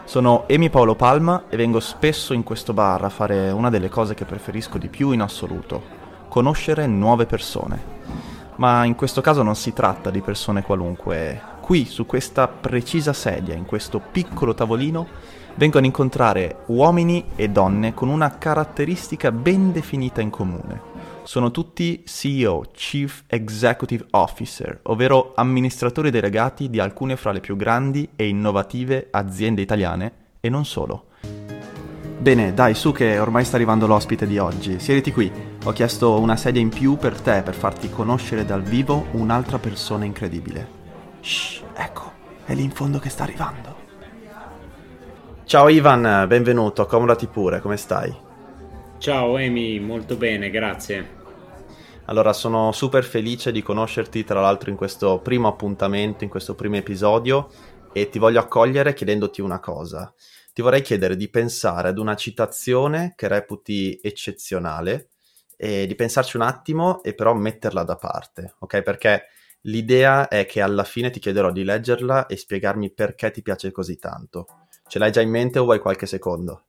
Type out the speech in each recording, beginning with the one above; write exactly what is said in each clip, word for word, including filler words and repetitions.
Sono Emi Paolo Palma e vengo spesso in questo bar a fare una delle cose che preferisco di più in assoluto, conoscere nuove persone. Ma in questo caso non si tratta di persone qualunque. Qui, su questa precisa sedia, in questo piccolo tavolino, vengo ad incontrare uomini e donne con una caratteristica ben definita in comune. Sono tutti C E O, Chief Executive Officer, ovvero amministratori delegati di alcune fra le più grandi e innovative aziende italiane, e non solo. Bene, dai, su che ormai sta arrivando l'ospite di oggi. Siediti qui. Ho chiesto una sedia in più per te, per farti conoscere dal vivo un'altra persona incredibile. Shh, ecco, è lì in fondo che sta arrivando. Ciao Ivan, benvenuto, accomodati pure, come stai? Ciao Emi, molto bene, grazie. Allora, sono super felice di conoscerti, tra l'altro, in questo primo appuntamento, in questo primo episodio, e ti voglio accogliere chiedendoti una cosa. Ti vorrei chiedere di pensare ad una citazione che reputi eccezionale, e di pensarci un attimo e però metterla da parte, ok? Perché l'idea è che alla fine ti chiederò di leggerla e spiegarmi perché ti piace così tanto. Ce l'hai già in mente o vuoi qualche secondo?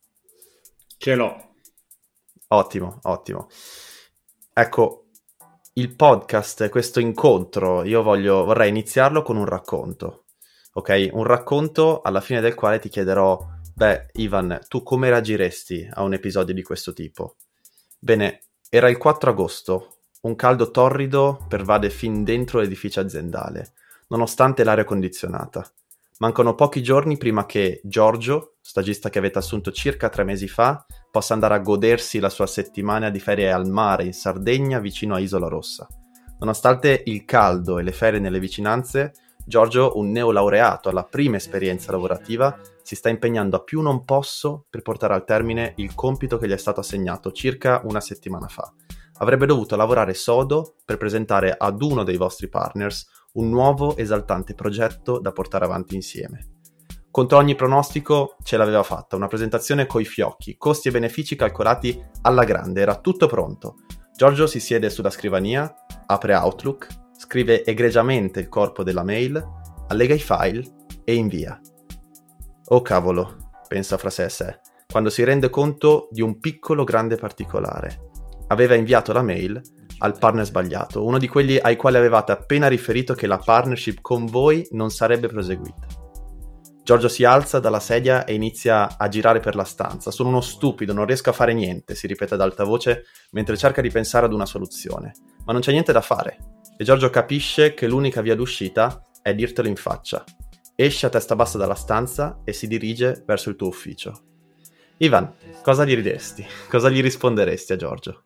Ce l'ho. Ottimo, ottimo. Ecco, il podcast, questo incontro, io voglio, vorrei iniziarlo con un racconto, ok? Un racconto alla fine del quale ti chiederò, beh, Ivan, tu come reagiresti a un episodio di questo tipo? Bene, era il quattro agosto, un caldo torrido pervade fin dentro l'edificio aziendale, nonostante l'aria condizionata. Mancano pochi giorni prima che Giorgio, stagista che avete assunto circa tre mesi fa, possa andare a godersi la sua settimana di ferie al mare in Sardegna vicino a Isola Rossa. Nonostante il caldo e le ferie nelle vicinanze, Giorgio, un neolaureato alla prima esperienza lavorativa, si sta impegnando a più non posso per portare al termine il compito che gli è stato assegnato circa una settimana fa. Avrebbe dovuto lavorare sodo per presentare ad uno dei vostri partners un nuovo esaltante progetto da portare avanti insieme. Contro ogni pronostico ce l'aveva fatta, una presentazione coi fiocchi, costi e benefici calcolati alla grande, era tutto pronto. Giorgio si siede sulla scrivania, apre Outlook, scrive egregiamente il corpo della mail, allega i file e invia. Oh cavolo, pensa fra sé e sé, quando si rende conto di un piccolo grande particolare. Aveva inviato la mail al partner sbagliato, uno di quelli ai quali avevate appena riferito che la partnership con voi non sarebbe proseguita. Giorgio si alza dalla sedia e inizia a girare per la stanza. Sono uno stupido, non riesco a fare niente, si ripete ad alta voce mentre cerca di pensare ad una soluzione. Ma non c'è niente da fare e Giorgio capisce che l'unica via d'uscita è dirtelo in faccia. Esce a testa bassa dalla stanza e si dirige verso il tuo ufficio. Ivan, cosa gli diresti? Cosa gli risponderesti a Giorgio?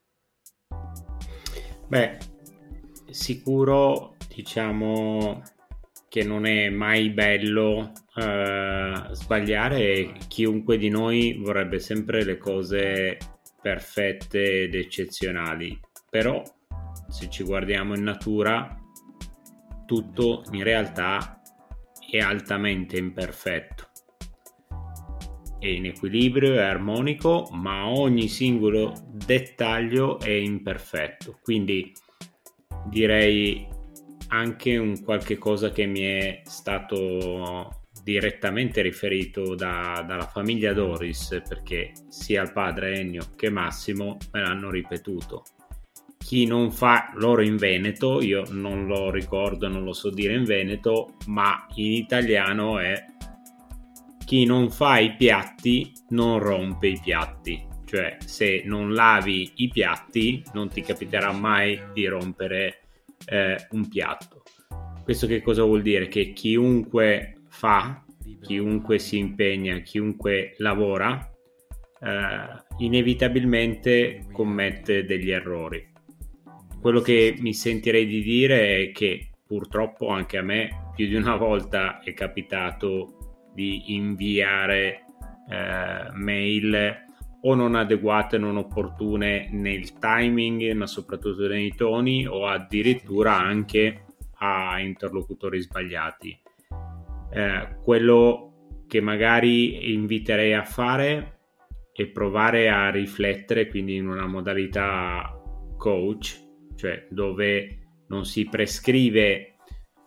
Beh, sicuro diciamo che non è mai bello eh, sbagliare e chiunque di noi vorrebbe sempre le cose perfette ed eccezionali, però se ci guardiamo in natura tutto in realtà è altamente imperfetto. È in equilibrio, è armonico, ma ogni singolo dettaglio è imperfetto. Quindi direi anche un qualche cosa che mi è stato direttamente riferito da, dalla famiglia Doris, perché sia il padre Ennio che Massimo me l'hanno ripetuto. Chi non fa, loro in Veneto, io non lo ricordo, non lo so dire in Veneto, ma in italiano è: chi non fa i piatti non rompe i piatti. Cioè, se non lavi i piatti non ti capiterà mai di rompere eh, un piatto. Questo che cosa vuol dire? Che chiunque fa, chiunque si impegna, chiunque lavora eh, inevitabilmente commette degli errori. Quello che mi sentirei di dire è che purtroppo anche a me più di una volta è capitato di inviare eh, mail o non adeguate, non opportune nel timing, ma soprattutto nei toni, o addirittura anche a interlocutori sbagliati. Eh, quello che magari inviterei a fare è provare a riflettere, quindi in una modalità coach, cioè dove non si prescrive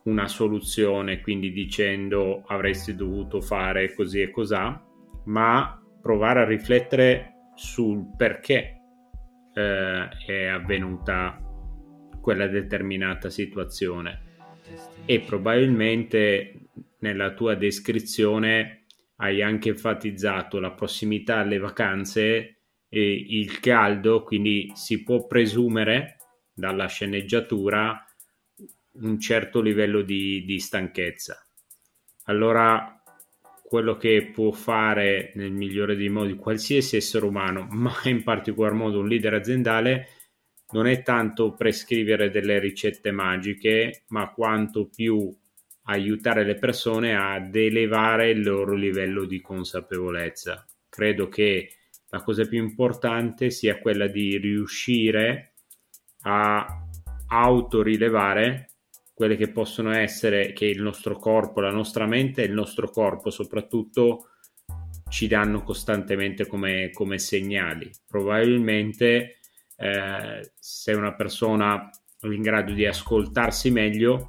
una soluzione, quindi dicendo avresti dovuto fare così e cosà, ma provare a riflettere sul perché eh, è avvenuta quella determinata situazione. E probabilmente nella tua descrizione hai anche enfatizzato la prossimità alle vacanze e il caldo, quindi si può presumere dalla sceneggiatura un certo livello di, di stanchezza. Allora, quello che può fare nel migliore dei modi qualsiasi essere umano, ma in particolar modo un leader aziendale, non è tanto prescrivere delle ricette magiche, ma quanto più aiutare le persone ad elevare il loro livello di consapevolezza. Credo che la cosa più importante sia quella di riuscire a autorilevare quelle che possono essere, che il nostro corpo, la nostra mente e il nostro corpo soprattutto ci danno costantemente come, come segnali. Probabilmente eh, se una persona è in grado di ascoltarsi meglio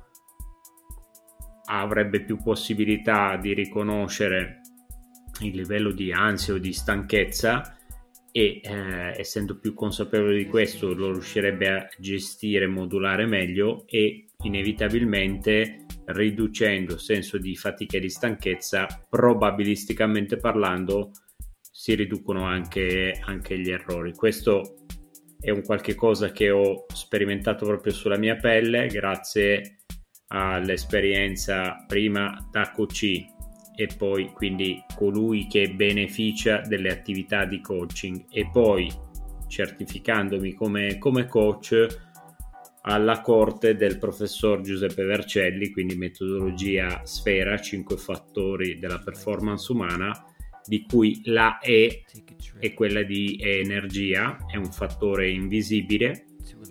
avrebbe più possibilità di riconoscere il livello di ansia o di stanchezza e eh, essendo più consapevole di questo lo riuscirebbe a gestire, modulare meglio e inevitabilmente riducendo il senso di fatica e di stanchezza, probabilisticamente parlando si riducono anche, anche gli errori. Questo è un qualche cosa che ho sperimentato proprio sulla mia pelle grazie all'esperienza prima da coach e poi quindi colui che beneficia delle attività di coaching e poi certificandomi come, come coach alla corte del professor Giuseppe Vercelli, quindi metodologia Sfera, cinque fattori della performance umana, di cui la E è quella di energia, è un fattore invisibile,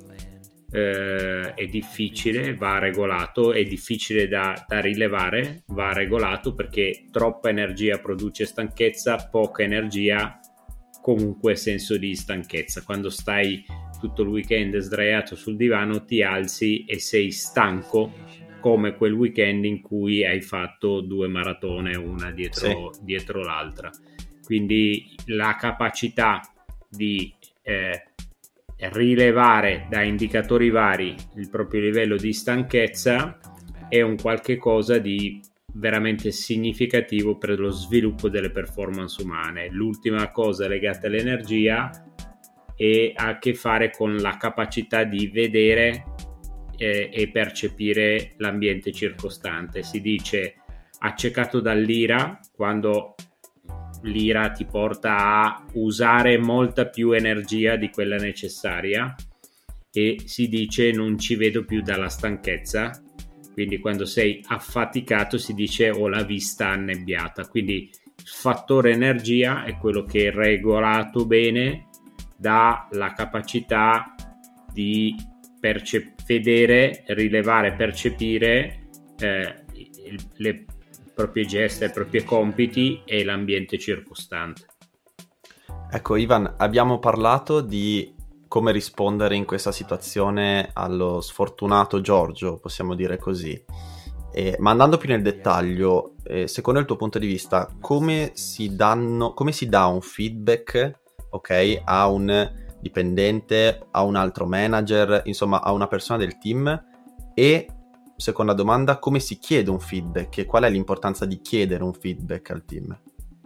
eh, è difficile, va regolato, è difficile da, da rilevare, va regolato perché troppa energia produce stanchezza, poca energia comunque senso di stanchezza. Quando stai tutto il weekend sdraiato sul divano ti alzi e sei stanco come quel weekend in cui hai fatto due maratone una dietro, sì. dietro l'altra. Quindi la capacità di eh, rilevare da indicatori vari il proprio livello di stanchezza è un qualche cosa di veramente significativo per lo sviluppo delle performance umane. L'ultima cosa legata all'energia e ha a che fare con la capacità di vedere eh, e percepire l'ambiente circostante. Si dice accecato dall'ira quando l'ira ti porta a usare molta più energia di quella necessaria e si dice non ci vedo più dalla stanchezza, quindi quando sei affaticato si dice ho la vista annebbiata. Quindi il fattore energia è quello che regolato bene dà la capacità di perce- vedere, rilevare, percepire eh, le proprie gesta, i propri compiti e l'ambiente circostante. Ecco Ivan, abbiamo parlato di come rispondere in questa situazione allo sfortunato Giorgio, possiamo dire così. Eh, ma andando più nel dettaglio, eh, secondo il tuo punto di vista, come si danno, come si dà un feedback, ok, a un dipendente, a un altro manager, insomma a una persona del team? E seconda domanda, come si chiede un feedback e qual è l'importanza di chiedere un feedback al team?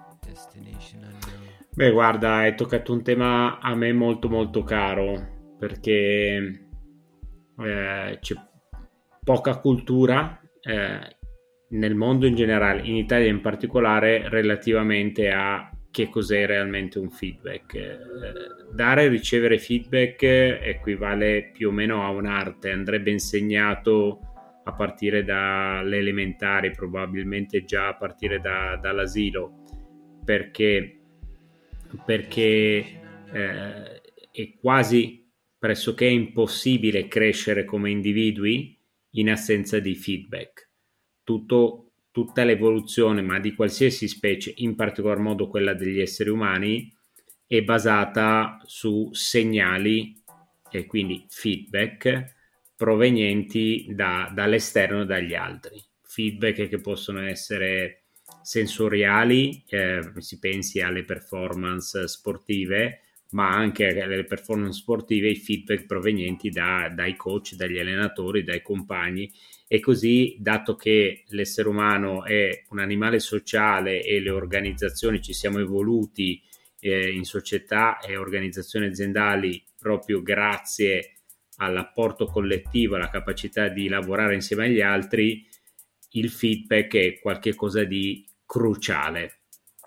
Beh, guarda, hai toccato un tema a me molto molto caro perché eh, c'è poca cultura eh, nel mondo in generale, in Italia in particolare, relativamente a che cos'è realmente un feedback. Eh, dare e ricevere feedback equivale più o meno a un'arte, andrebbe insegnato a partire dalle elementari, probabilmente già a partire da, dall'asilo, perché perché eh, è quasi pressoché impossibile crescere come individui in assenza di feedback. Tutto, tutta l'evoluzione, ma di qualsiasi specie, in particolar modo quella degli esseri umani, è basata su segnali e quindi feedback provenienti da, dall'esterno e dagli altri. Feedback che possono essere sensoriali, eh, si pensi alle performance sportive, ma anche alle performance sportive i feedback provenienti da, dai coach, dagli allenatori, dai compagni. E così, dato che l'essere umano è un animale sociale e le organizzazioni ci siamo evoluti eh, in società e organizzazioni aziendali proprio grazie all'apporto collettivo, alla capacità di lavorare insieme agli altri, il feedback è qualcosa di cruciale.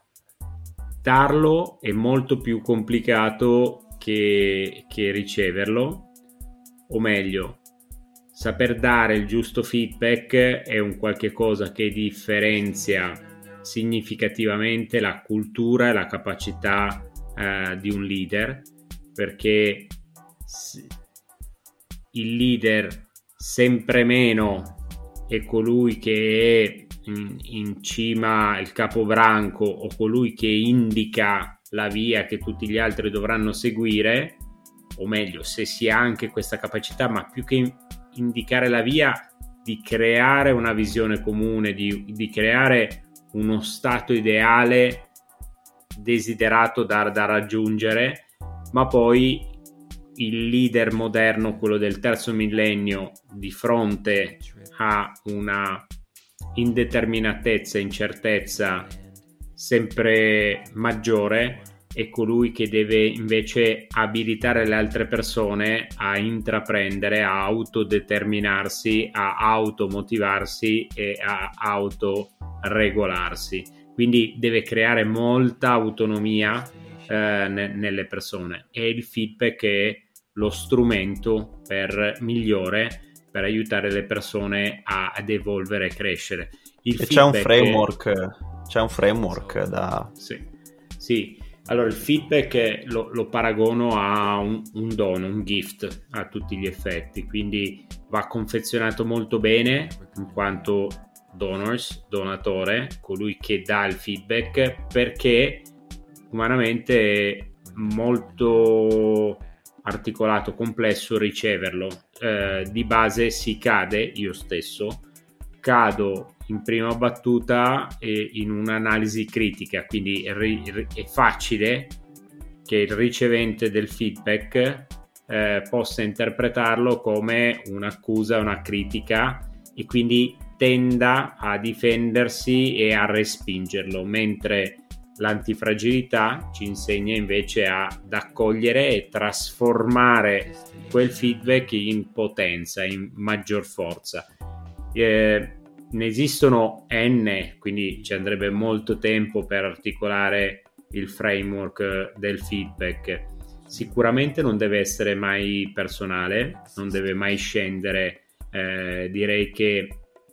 Darlo è molto più complicato che, che riceverlo, o meglio, saper dare il giusto feedback è un qualche cosa che differenzia significativamente la cultura e la capacità eh, di un leader, perché il leader sempre meno è colui che è in, in cima, il capobranco, o colui che indica la via che tutti gli altri dovranno seguire, o meglio, se si ha anche questa capacità, ma più che indicare la via, di creare una visione comune, di, di creare uno stato ideale desiderato da, da raggiungere, ma poi il leader moderno, quello del terzo millennio, di fronte a una indeterminatezza, incertezza sempre maggiore, è colui che deve invece abilitare le altre persone a intraprendere, a autodeterminarsi, a automotivarsi e a autoregolarsi. Quindi deve creare molta autonomia eh, ne- nelle persone, e il feedback è lo strumento per migliore per aiutare le persone a, ad evolvere e crescere. Il e c'è un feedback framework, è... c'è un framework da... Sì, sì. Allora il feedback lo, lo paragono a un, un dono, un gift a tutti gli effetti, quindi va confezionato molto bene in quanto donors, donatore, colui che dà il feedback, perché umanamente è molto articolato, complesso riceverlo. Eh, di base si cade, io stesso cado in prima battuta e in un'analisi critica, quindi è, ri- è facile che il ricevente del feedback eh, possa interpretarlo come un'accusa, una critica, e quindi tenda a difendersi e a respingerlo, mentre l'antifragilità ci insegna invece ad accogliere e trasformare quel feedback in potenza, in maggior forza. Eh, ne esistono n, quindi ci andrebbe molto tempo per articolare il framework del feedback. Sicuramente non deve essere mai personale, non deve mai scendere. Eh, direi che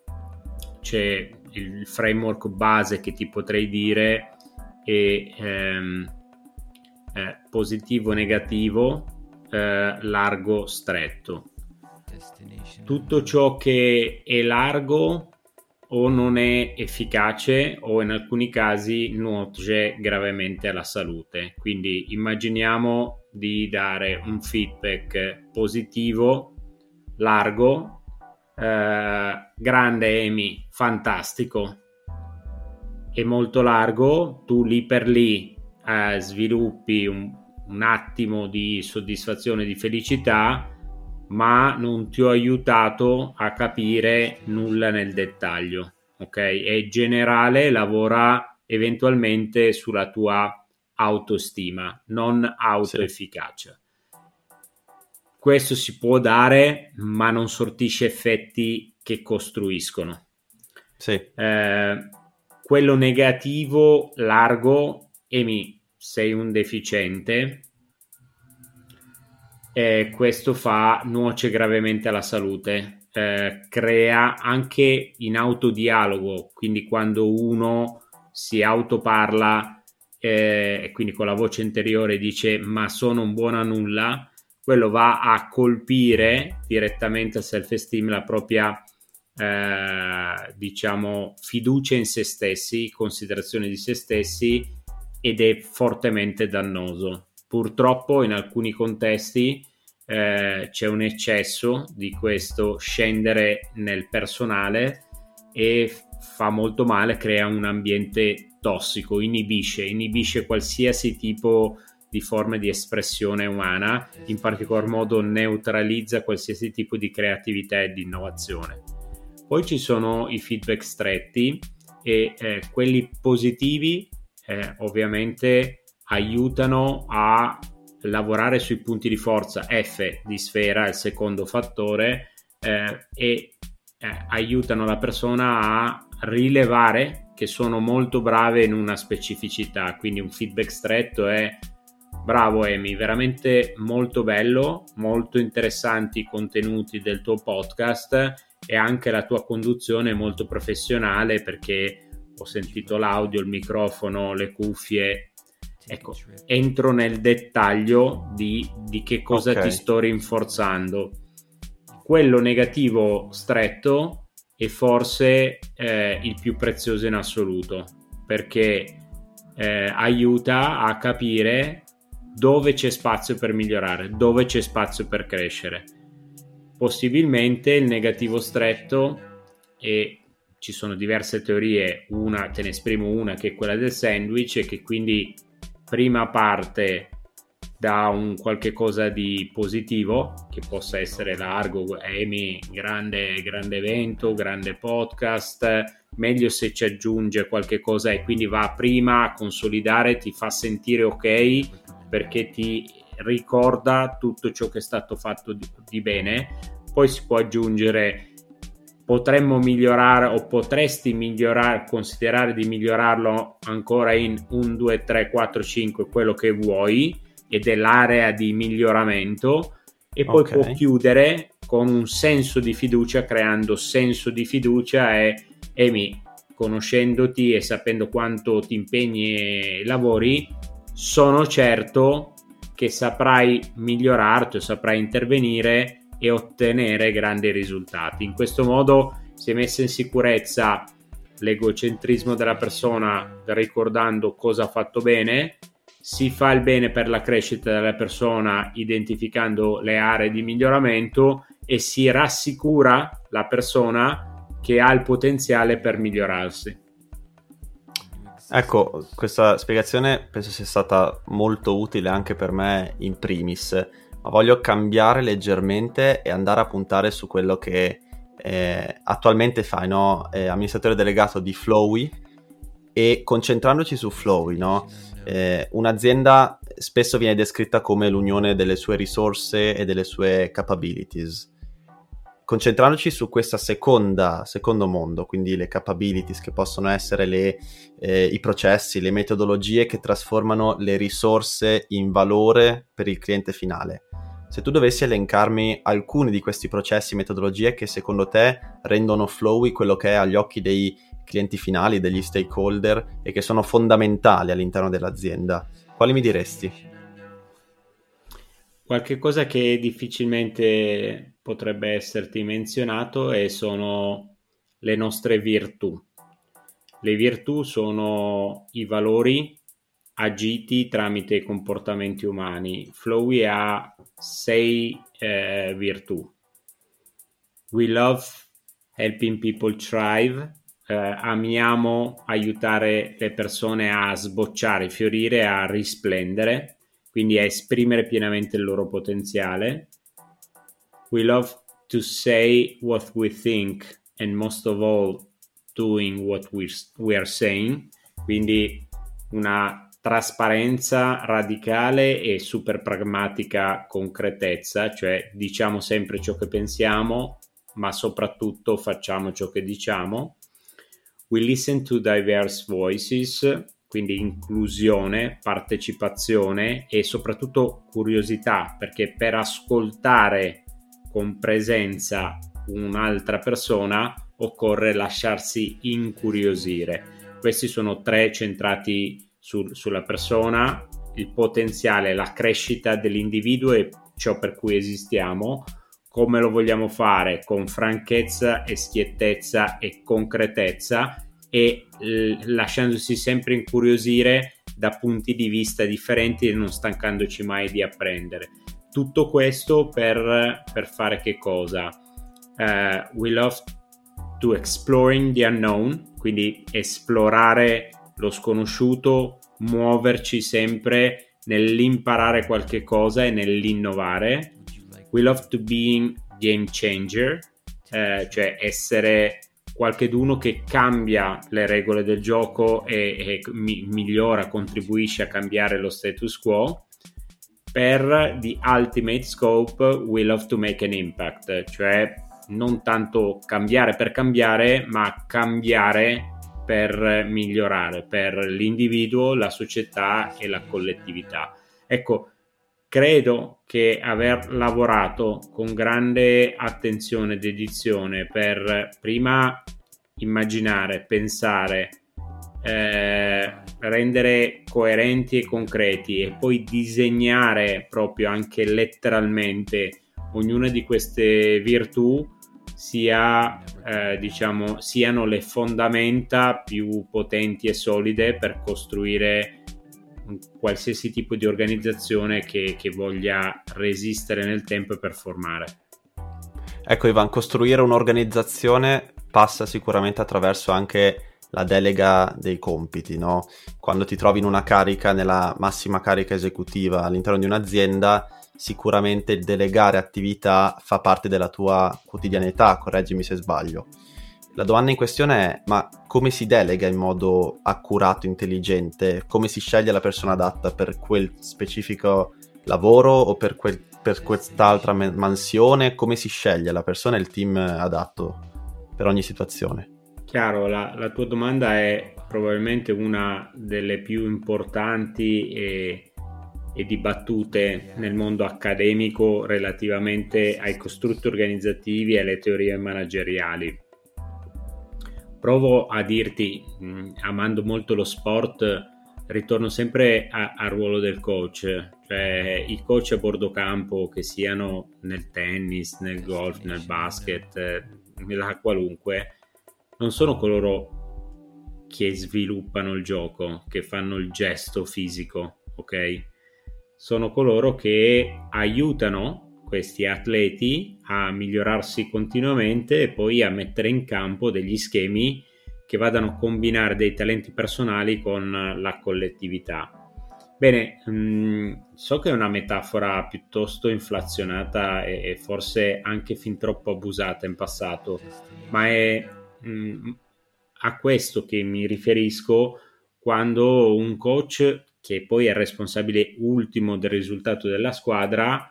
c'è il framework base che ti potrei dire è ehm, eh, positivo, negativo, eh, largo, stretto. Tutto ciò che è largo o non è efficace, o in alcuni casi nuoce gravemente alla salute. Quindi immaginiamo di dare un feedback positivo, largo, eh, grande Amy, fantastico, e molto largo, tu lì per lì eh, sviluppi un, un attimo di soddisfazione, di felicità, ma non ti ho aiutato a capire nulla nel dettaglio, ok? E generale, lavora eventualmente sulla tua autostima, non autoefficacia. Sì. Questo si può dare, ma non sortisce effetti che costruiscono. Sì. Eh, quello negativo, largo, Emi, sei un deficiente. Eh, questo fa nuoce gravemente alla salute, eh, crea anche in autodialogo, quindi quando uno si autoparla e eh, quindi con la voce interiore dice ma sono un buono a nulla, quello va a colpire direttamente il self-esteem, la propria eh, diciamo fiducia in se stessi, considerazione di se stessi, ed è fortemente dannoso. Purtroppo in alcuni contesti eh, c'è un eccesso di questo scendere nel personale e fa molto male, crea un ambiente tossico, inibisce, inibisce qualsiasi tipo di forme di espressione umana, in particolar modo neutralizza qualsiasi tipo di creatività e di innovazione. Poi ci sono i feedback stretti e eh, quelli positivi eh, ovviamente aiutano a lavorare sui punti di forza F di sfera, il secondo fattore, eh, e eh, aiutano la persona a rilevare che sono molto brave in una specificità. Quindi un feedback stretto è: bravo Amy, veramente molto bello, molto interessanti i contenuti del tuo podcast e anche la tua conduzione è molto professionale, perché ho sentito l'audio, il microfono, le cuffie. Ecco, entro nel dettaglio di, di che cosa okay. ti sto rinforzando. Quello negativo stretto è forse eh, il più prezioso in assoluto, perché eh, aiuta a capire dove c'è spazio per migliorare, dove c'è spazio per crescere. Possibilmente il negativo stretto, e ci sono diverse teorie, una te ne esprimo una che è quella del sandwich, e che quindi prima parte da un qualche cosa di positivo che possa essere largo, Amy, grande, grande evento, grande podcast, meglio se ci aggiunge qualche cosa e quindi va prima a consolidare, ti fa sentire ok perché ti ricorda tutto ciò che è stato fatto di, di bene. Poi si può aggiungere: potremmo migliorare o potresti migliorare, considerare di migliorarlo ancora in uno, due, tre, quattro, cinque, quello che vuoi, ed è l'area di miglioramento. E poi okay. può chiudere con un senso di fiducia, creando senso di fiducia e Amy, conoscendoti e sapendo quanto ti impegni e lavori, sono certo che saprai migliorarti o saprai intervenire e ottenere grandi risultati. In questo modo si è messa in sicurezza l'egocentrismo della persona, ricordando cosa ha fatto bene, si fa il bene per la crescita della persona identificando le aree di miglioramento e si rassicura la persona che ha il potenziale per migliorarsi. Ecco, questa spiegazione penso sia stata molto utile anche per me in primis, ma voglio cambiare leggermente e andare a puntare su quello che eh, attualmente fai, no? Eh, amministratore delegato di Flowy, e concentrandoci su Flowy, no? Eh, un'azienda spesso viene descritta come l'unione delle sue risorse e delle sue capabilities. Concentrandoci su questa seconda secondo mondo, quindi le capabilities che possono essere le, eh, i processi, le metodologie che trasformano le risorse in valore per il cliente finale. Se tu dovessi elencarmi alcuni di questi processi, metodologie che secondo te rendono Flowy quello che è agli occhi dei clienti finali, degli stakeholder, e che sono fondamentali all'interno dell'azienda, quali mi diresti? Qualche cosa che difficilmente potrebbe esserti menzionato e sono le nostre virtù. Le virtù sono i valori agiti tramite comportamenti umani. Flowy ha sei eh, virtù. We love helping people thrive. Eh, amiamo aiutare le persone a sbocciare, fiorire, a risplendere, quindi a esprimere pienamente il loro potenziale. We love to say what we think and most of all doing what we, we are saying, quindi una trasparenza radicale e super pragmatica concretezza, cioè diciamo sempre ciò che pensiamo, ma soprattutto facciamo ciò che diciamo. We listen to diverse voices, quindi inclusione, partecipazione e soprattutto curiosità, perché per ascoltare con presenza un'altra persona occorre lasciarsi incuriosire. Questi sono tre centrati sul, sulla persona, il potenziale, la crescita dell'individuo e ciò per cui esistiamo. Come lo vogliamo fare? Con franchezza e schiettezza e concretezza e l- lasciandosi sempre incuriosire da punti di vista differenti e non stancandoci mai di apprendere. tutto questo per, per fare che cosa? Uh, we love to exploring the unknown, quindi esplorare lo sconosciuto, muoverci sempre nell'imparare qualche cosa e nell'innovare. We love to be game changer, eh, cioè essere qualcheduno che cambia le regole del gioco e, e mi, migliora, contribuisce a cambiare lo status quo. Per the ultimate scope, we love to make an impact, cioè non tanto cambiare per cambiare, ma cambiare per migliorare, per l'individuo, la società e la collettività. Ecco, credo che aver lavorato con grande attenzione e dedizione per prima immaginare, pensare, eh, rendere coerenti e concreti e poi disegnare proprio anche letteralmente ognuna di queste virtù sia eh, diciamo siano le fondamenta più potenti e solide per costruire un qualsiasi tipo di organizzazione che, che voglia resistere nel tempo e performare. Ecco Ivan, costruire un'organizzazione passa sicuramente attraverso anche la delega dei compiti, no? Quando ti trovi in una carica, nella massima carica esecutiva all'interno di un'azienda, sicuramente il delegare attività fa parte della tua quotidianità, correggimi se sbaglio. La domanda in questione è, ma come si delega in modo accurato, intelligente? Come si sceglie la persona adatta per quel specifico lavoro o per, quel, per quest'altra mansione? Come si sceglie la persona e il team adatto per ogni situazione? Chiaro, la, la tua domanda è probabilmente una delle più importanti e, e dibattute nel mondo accademico relativamente ai costrutti organizzativi e alle teorie manageriali. Provo a dirti, mh, amando molto lo sport, ritorno sempre a, al ruolo del coach, cioè i coach a bordo campo, che siano nel tennis, nel golf, nel basket, eh, nella qualunque, non sono coloro che sviluppano il gioco, che fanno il gesto fisico, ok? Sono coloro che aiutano questi atleti a migliorarsi continuamente e poi a mettere in campo degli schemi che vadano a combinare dei talenti personali con la collettività. Bene, mh, so che è una metafora piuttosto inflazionata e, e forse anche fin troppo abusata in passato, ma è mh, a questo che mi riferisco quando un coach, che poi è responsabile ultimo del risultato della squadra,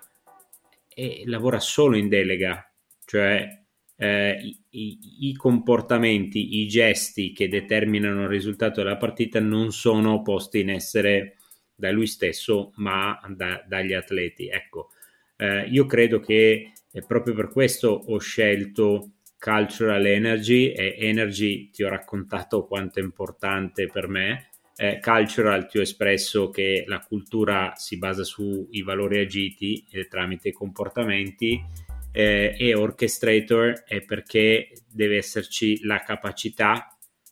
e lavora solo in delega, cioè eh, i, i comportamenti, i gesti che determinano il risultato della partita non sono posti in essere da lui stesso, ma da, dagli atleti. Ecco, eh, io credo che eh, proprio per questo ho scelto Cultural Energy, e Energy ti ho raccontato quanto è importante per me. Eh, cultural ti ho espresso che la cultura si basa sui valori agiti eh, tramite i comportamenti, eh, e orchestrator è perché deve esserci la capacità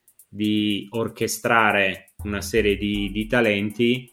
di orchestrare una serie di, di talenti.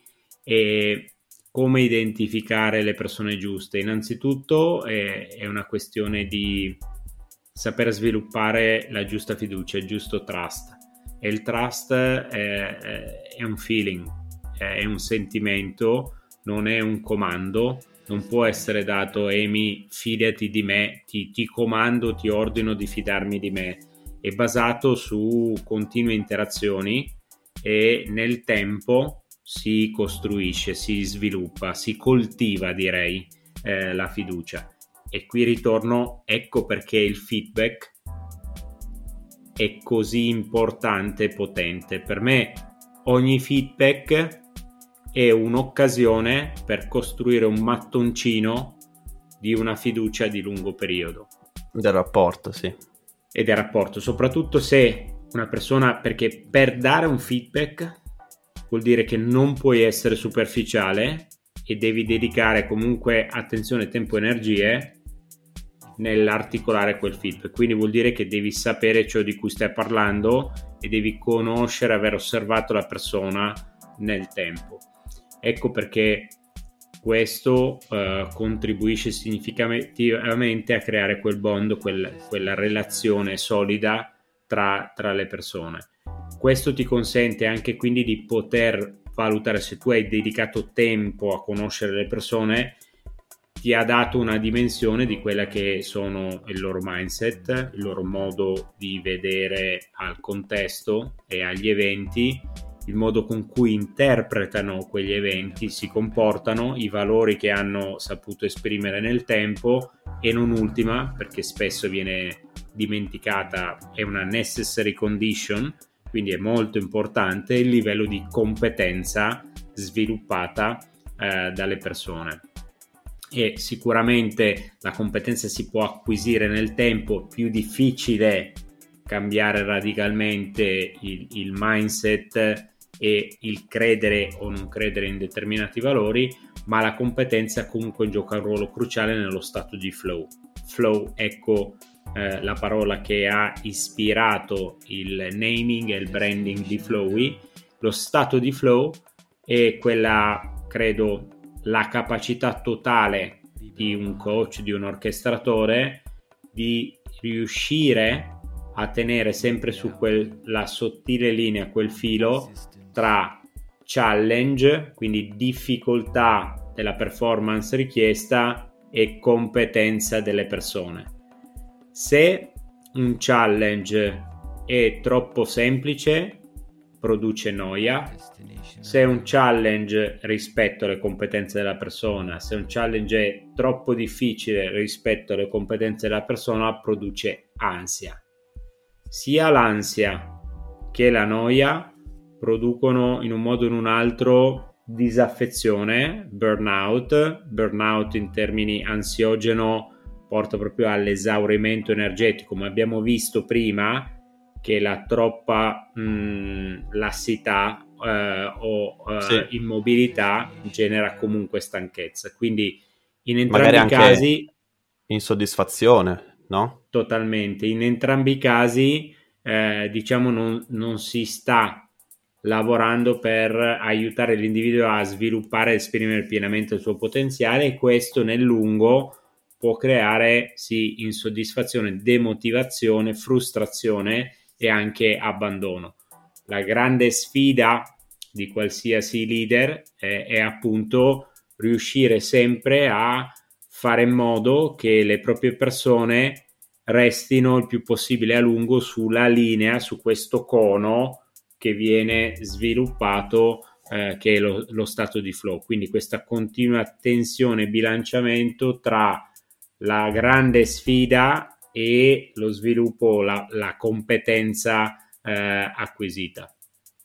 E come identificare le persone giuste? Innanzitutto è, è una questione di saper sviluppare la giusta fiducia, il giusto trust. E il trust è, è un feeling, è un sentimento, non è un comando, non può essere dato Amy, fidati di me, ti, ti comando, ti ordino di fidarmi di me. È basato su continue interazioni e nel tempo si costruisce, si sviluppa, si coltiva, direi, eh, la fiducia. E qui ritorno, ecco perché il feedback è così importante e potente. Per me ogni feedback è un'occasione per costruire un mattoncino di una fiducia di lungo periodo. Del rapporto, sì. E del rapporto, soprattutto se una persona, perché per dare un feedback vuol dire che non puoi essere superficiale e devi dedicare comunque attenzione, tempo e energie nell'articolare quel feedback. Quindi vuol dire che devi sapere ciò di cui stai parlando e devi conoscere, aver osservato la persona nel tempo. Ecco perché questo uh, contribuisce significativamente a creare quel bond, quel, quella relazione solida tra, tra le persone. Questo ti consente anche quindi di poter valutare, se tu hai dedicato tempo a conoscere le persone, ti ha dato una dimensione di quella che sono il loro mindset, il loro modo di vedere al contesto e agli eventi, il modo con cui interpretano quegli eventi, si comportano, i valori che hanno saputo esprimere nel tempo, e non ultima, perché spesso viene dimenticata, è una necessary condition, quindi è molto importante, il livello di competenza sviluppata eh, dalle persone. E sicuramente la competenza si può acquisire nel tempo, più difficile cambiare radicalmente il, il mindset e il credere o non credere in determinati valori, ma la competenza comunque gioca un ruolo cruciale nello stato di flow. Flow, ecco eh, la parola che ha ispirato il naming e il branding di Flowy. Lo stato di flow è quella, credo, la capacità totale di un coach, di un orchestratore, di riuscire a tenere sempre su quella sottile linea, quel filo tra challenge, quindi difficoltà della performance richiesta, e competenza delle persone. Se un challenge è troppo semplice, produce noia. Se è un challenge rispetto alle competenze della persona, se un challenge è troppo difficile rispetto alle competenze della persona, produce ansia. Sia l'ansia che la noia producono in un modo o in un altro disaffezione, burnout. Burnout in termini ansiogeno porta proprio all'esaurimento energetico, ma abbiamo visto prima che la troppa mh, lassità eh, o eh, sì. immobilità genera comunque stanchezza. Quindi in entrambi i casi insoddisfazione, no? Totalmente. In entrambi i casi eh, diciamo non, non si sta lavorando per aiutare l'individuo a sviluppare e esprimere pienamente il suo potenziale, e questo nel lungo può creare sì insoddisfazione, demotivazione, frustrazione e anche abbandono. La grande sfida di qualsiasi leader è, è appunto riuscire sempre a fare in modo che le proprie persone restino il più possibile a lungo sulla linea, su questo cono che viene sviluppato, eh, che è lo, lo stato di flow. Quindi questa continua tensione e bilanciamento tra la grande sfida e lo sviluppo, la, la competenza eh, acquisita.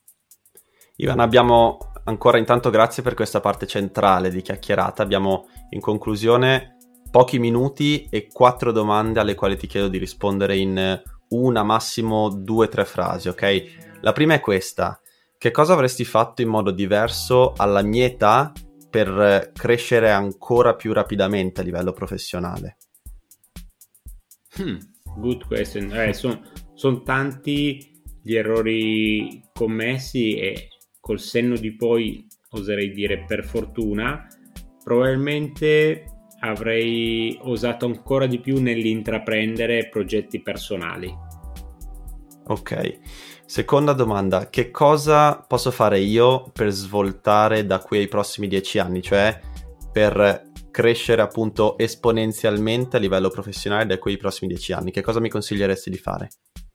Ivan, abbiamo ancora intanto grazie per questa parte centrale di chiacchierata. Abbiamo in conclusione pochi minuti e quattro domande alle quali ti chiedo di rispondere in una, massimo due o tre frasi, ok? La prima è questa: che cosa avresti fatto in modo diverso alla mia età per crescere ancora più rapidamente a livello professionale? Hmm, good question. Eh, sono son tanti gli errori commessi e col senno di poi oserei dire per fortuna probabilmente avrei osato ancora di più nell'intraprendere progetti personali. Ok, seconda domanda: che cosa posso fare io per svoltare da qui ai prossimi dieci anni, cioè per crescere appunto esponenzialmente a livello professionale da qui ai prossimi dieci anni? Che cosa mi consiglieresti di fare?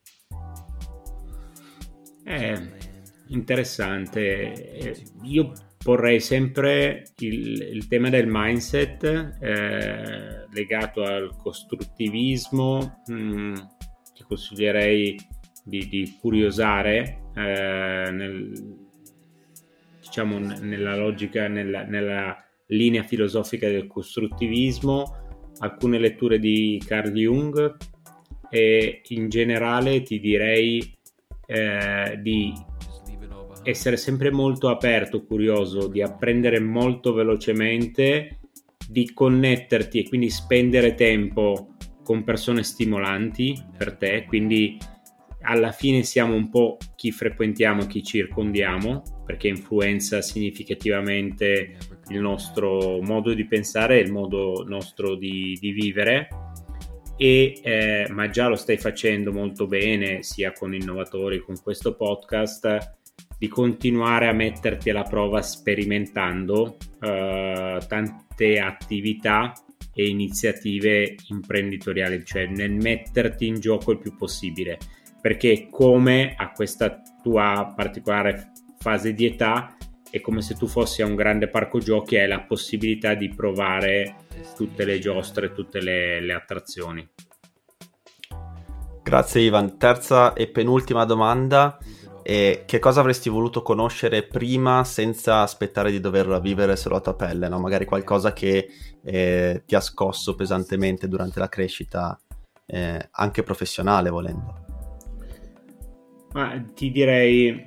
Eh, interessante. Io porrei sempre il, il tema del mindset eh, legato al costruttivismo, mh, che consiglierei di, di curiosare eh, nel, diciamo nella logica, nella, nella linea filosofica del costruttivismo, alcune letture di Carl Jung, e in generale ti direi eh, di essere sempre molto aperto, curioso, di apprendere molto velocemente, di connetterti e quindi spendere tempo con persone stimolanti per te, quindi alla fine siamo un po' chi frequentiamo, chi circondiamo, perché influenza significativamente il nostro modo di pensare e il modo nostro di, di vivere. E, eh, ma già lo stai facendo molto bene, sia con Innovatori, con questo podcast, di continuare a metterti alla prova sperimentando eh, tante attività e iniziative imprenditoriali, cioè nel metterti in gioco il più possibile, perché come a questa tua particolare fase di età è come se tu fossi a un grande parco giochi e hai la possibilità di provare tutte le giostre, tutte le, le attrazioni. Grazie Ivan. Terza e penultima domanda. E che cosa avresti voluto conoscere prima senza aspettare di doverla vivere sulla tua pelle, no? Magari qualcosa che eh, ti ha scosso pesantemente durante la crescita, eh, anche professionale volendo. Ma ti direi,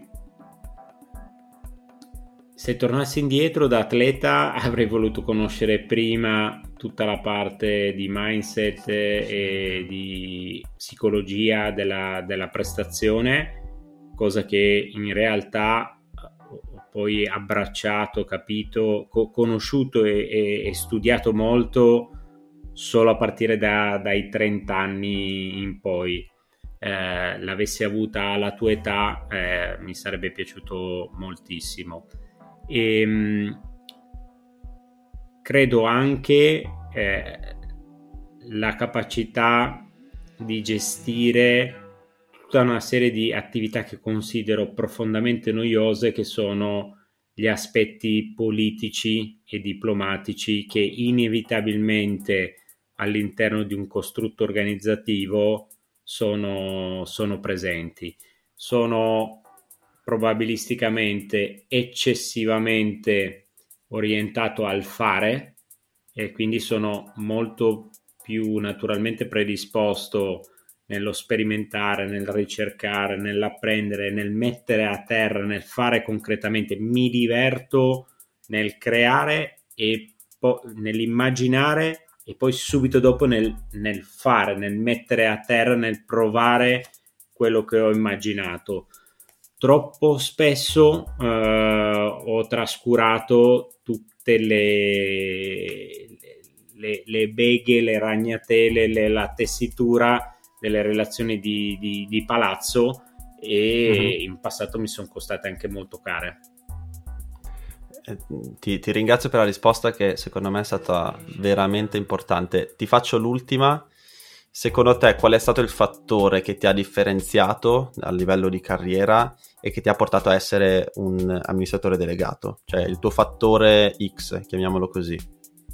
se tornassi indietro da atleta avrei voluto conoscere prima tutta la parte di mindset e di psicologia della, della prestazione, cosa che in realtà ho poi abbracciato, capito, co- conosciuto e, e, e studiato molto solo a partire da, dai trenta anni in poi. Eh, l'avessi avuta alla tua età eh, mi sarebbe piaciuto moltissimo. E mh, credo anche eh, la capacità di gestire tutta una serie di attività che considero profondamente noiose, che sono gli aspetti politici e diplomatici che inevitabilmente all'interno di un costrutto organizzativo sono, sono presenti. Sono probabilisticamente eccessivamente orientato al fare e quindi sono molto più naturalmente predisposto nello sperimentare, nel ricercare, nell'apprendere, nel mettere a terra, nel fare concretamente. Mi diverto nel creare e po- nell'immaginare e poi subito dopo nel, nel fare, nel mettere a terra, nel provare quello che ho immaginato. Troppo spesso eh, ho trascurato tutte le, le, le beghe, le ragnatele, le, la tessitura delle relazioni di, di, di palazzo e uh-huh. in passato mi sono costate anche molto care. Ti, ti ringrazio per la risposta, che secondo me è stata veramente importante. Ti faccio l'ultima. Secondo te qual è stato il fattore che ti ha differenziato a livello di carriera e che ti ha portato a essere un amministratore delegato? Cioè il tuo fattore X, chiamiamolo così.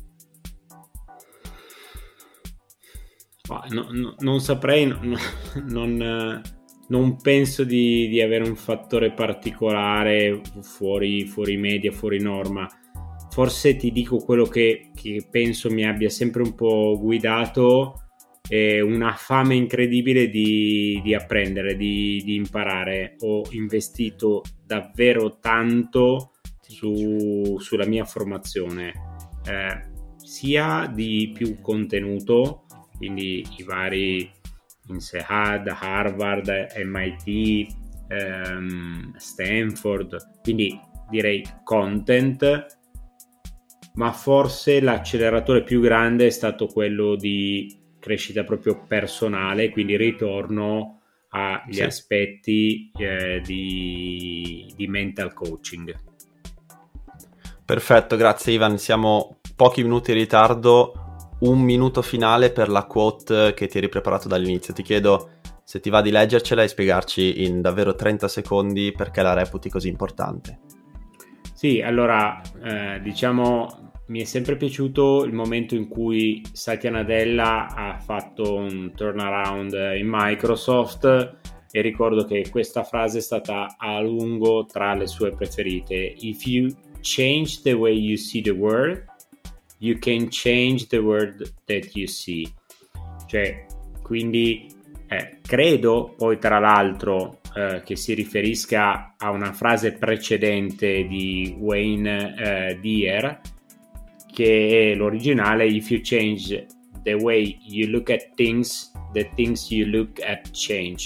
No, no, non saprei, no, non, non penso di, di avere un fattore particolare fuori, fuori media, fuori norma. Forse ti dico quello che, che penso mi abbia sempre un po' guidato, è una fame incredibile di, di apprendere, di, di imparare. Ho investito davvero tanto su, sulla mia formazione, eh, sia di più contenuto, quindi i vari INSEAD, Harvard, M I T, ehm, Stanford, quindi direi content, ma forse l'acceleratore più grande è stato quello di crescita proprio personale, quindi ritorno agli sì. aspetti eh, di, di mental coaching. Perfetto, grazie Ivan, siamo pochi minuti in ritardo. Un minuto finale per la quote che ti eri preparato dall'inizio. Ti chiedo se ti va di leggercela e spiegarci in davvero trenta secondi perché la reputi così importante. Sì, allora eh, diciamo mi è sempre piaciuto il momento in cui Satya Nadella ha fatto un turnaround in Microsoft e ricordo che questa frase è stata a lungo tra le sue preferite. If you change the way you see the world, you can change the world that you see. Cioè, quindi eh, credo poi tra l'altro eh, che si riferisca a una frase precedente di Wayne eh, Dyer, che è l'originale: if you change the way you look at things, the things you look at change.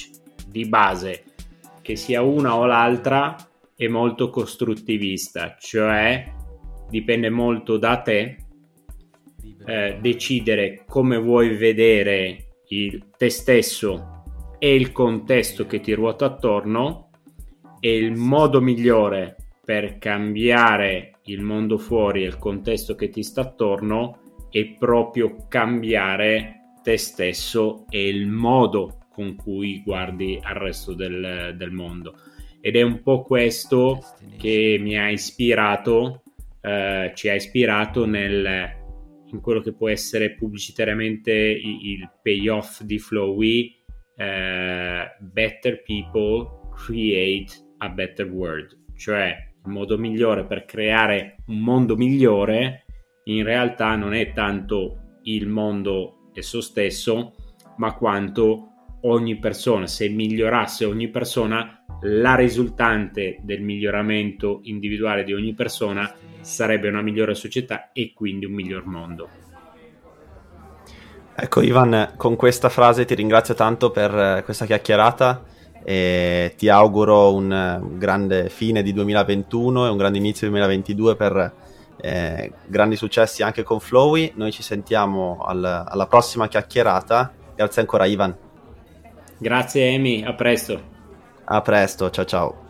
di base, che sia una o l'altra, è molto costruttivista, cioè dipende molto da te eh, decidere come vuoi vedere il, te stesso e il contesto che ti ruota attorno, e il modo migliore per cambiare il mondo fuori e il contesto che ti sta attorno è proprio cambiare te stesso e il modo con cui guardi al resto del, del mondo. Ed è un po' questo che mi ha ispirato, eh, ci ha ispirato nel, in quello che può essere pubblicitariamente il, il payoff di Flowey, eh, Better People Create a Better World, cioè il modo migliore per creare un mondo migliore in realtà non è tanto il mondo esso stesso, ma quanto ogni persona. Se migliorasse ogni persona, la risultante del miglioramento individuale di ogni persona sarebbe una migliore società e quindi un miglior mondo. Ecco Ivan, con questa frase ti ringrazio tanto per questa chiacchierata e ti auguro un grande fine di duemilaventuno e un grande inizio duemilaventidue per eh, grandi successi anche con Flowey. Noi ci sentiamo al, alla prossima chiacchierata. Grazie ancora Ivan. Grazie Amy, a presto. A presto, ciao ciao.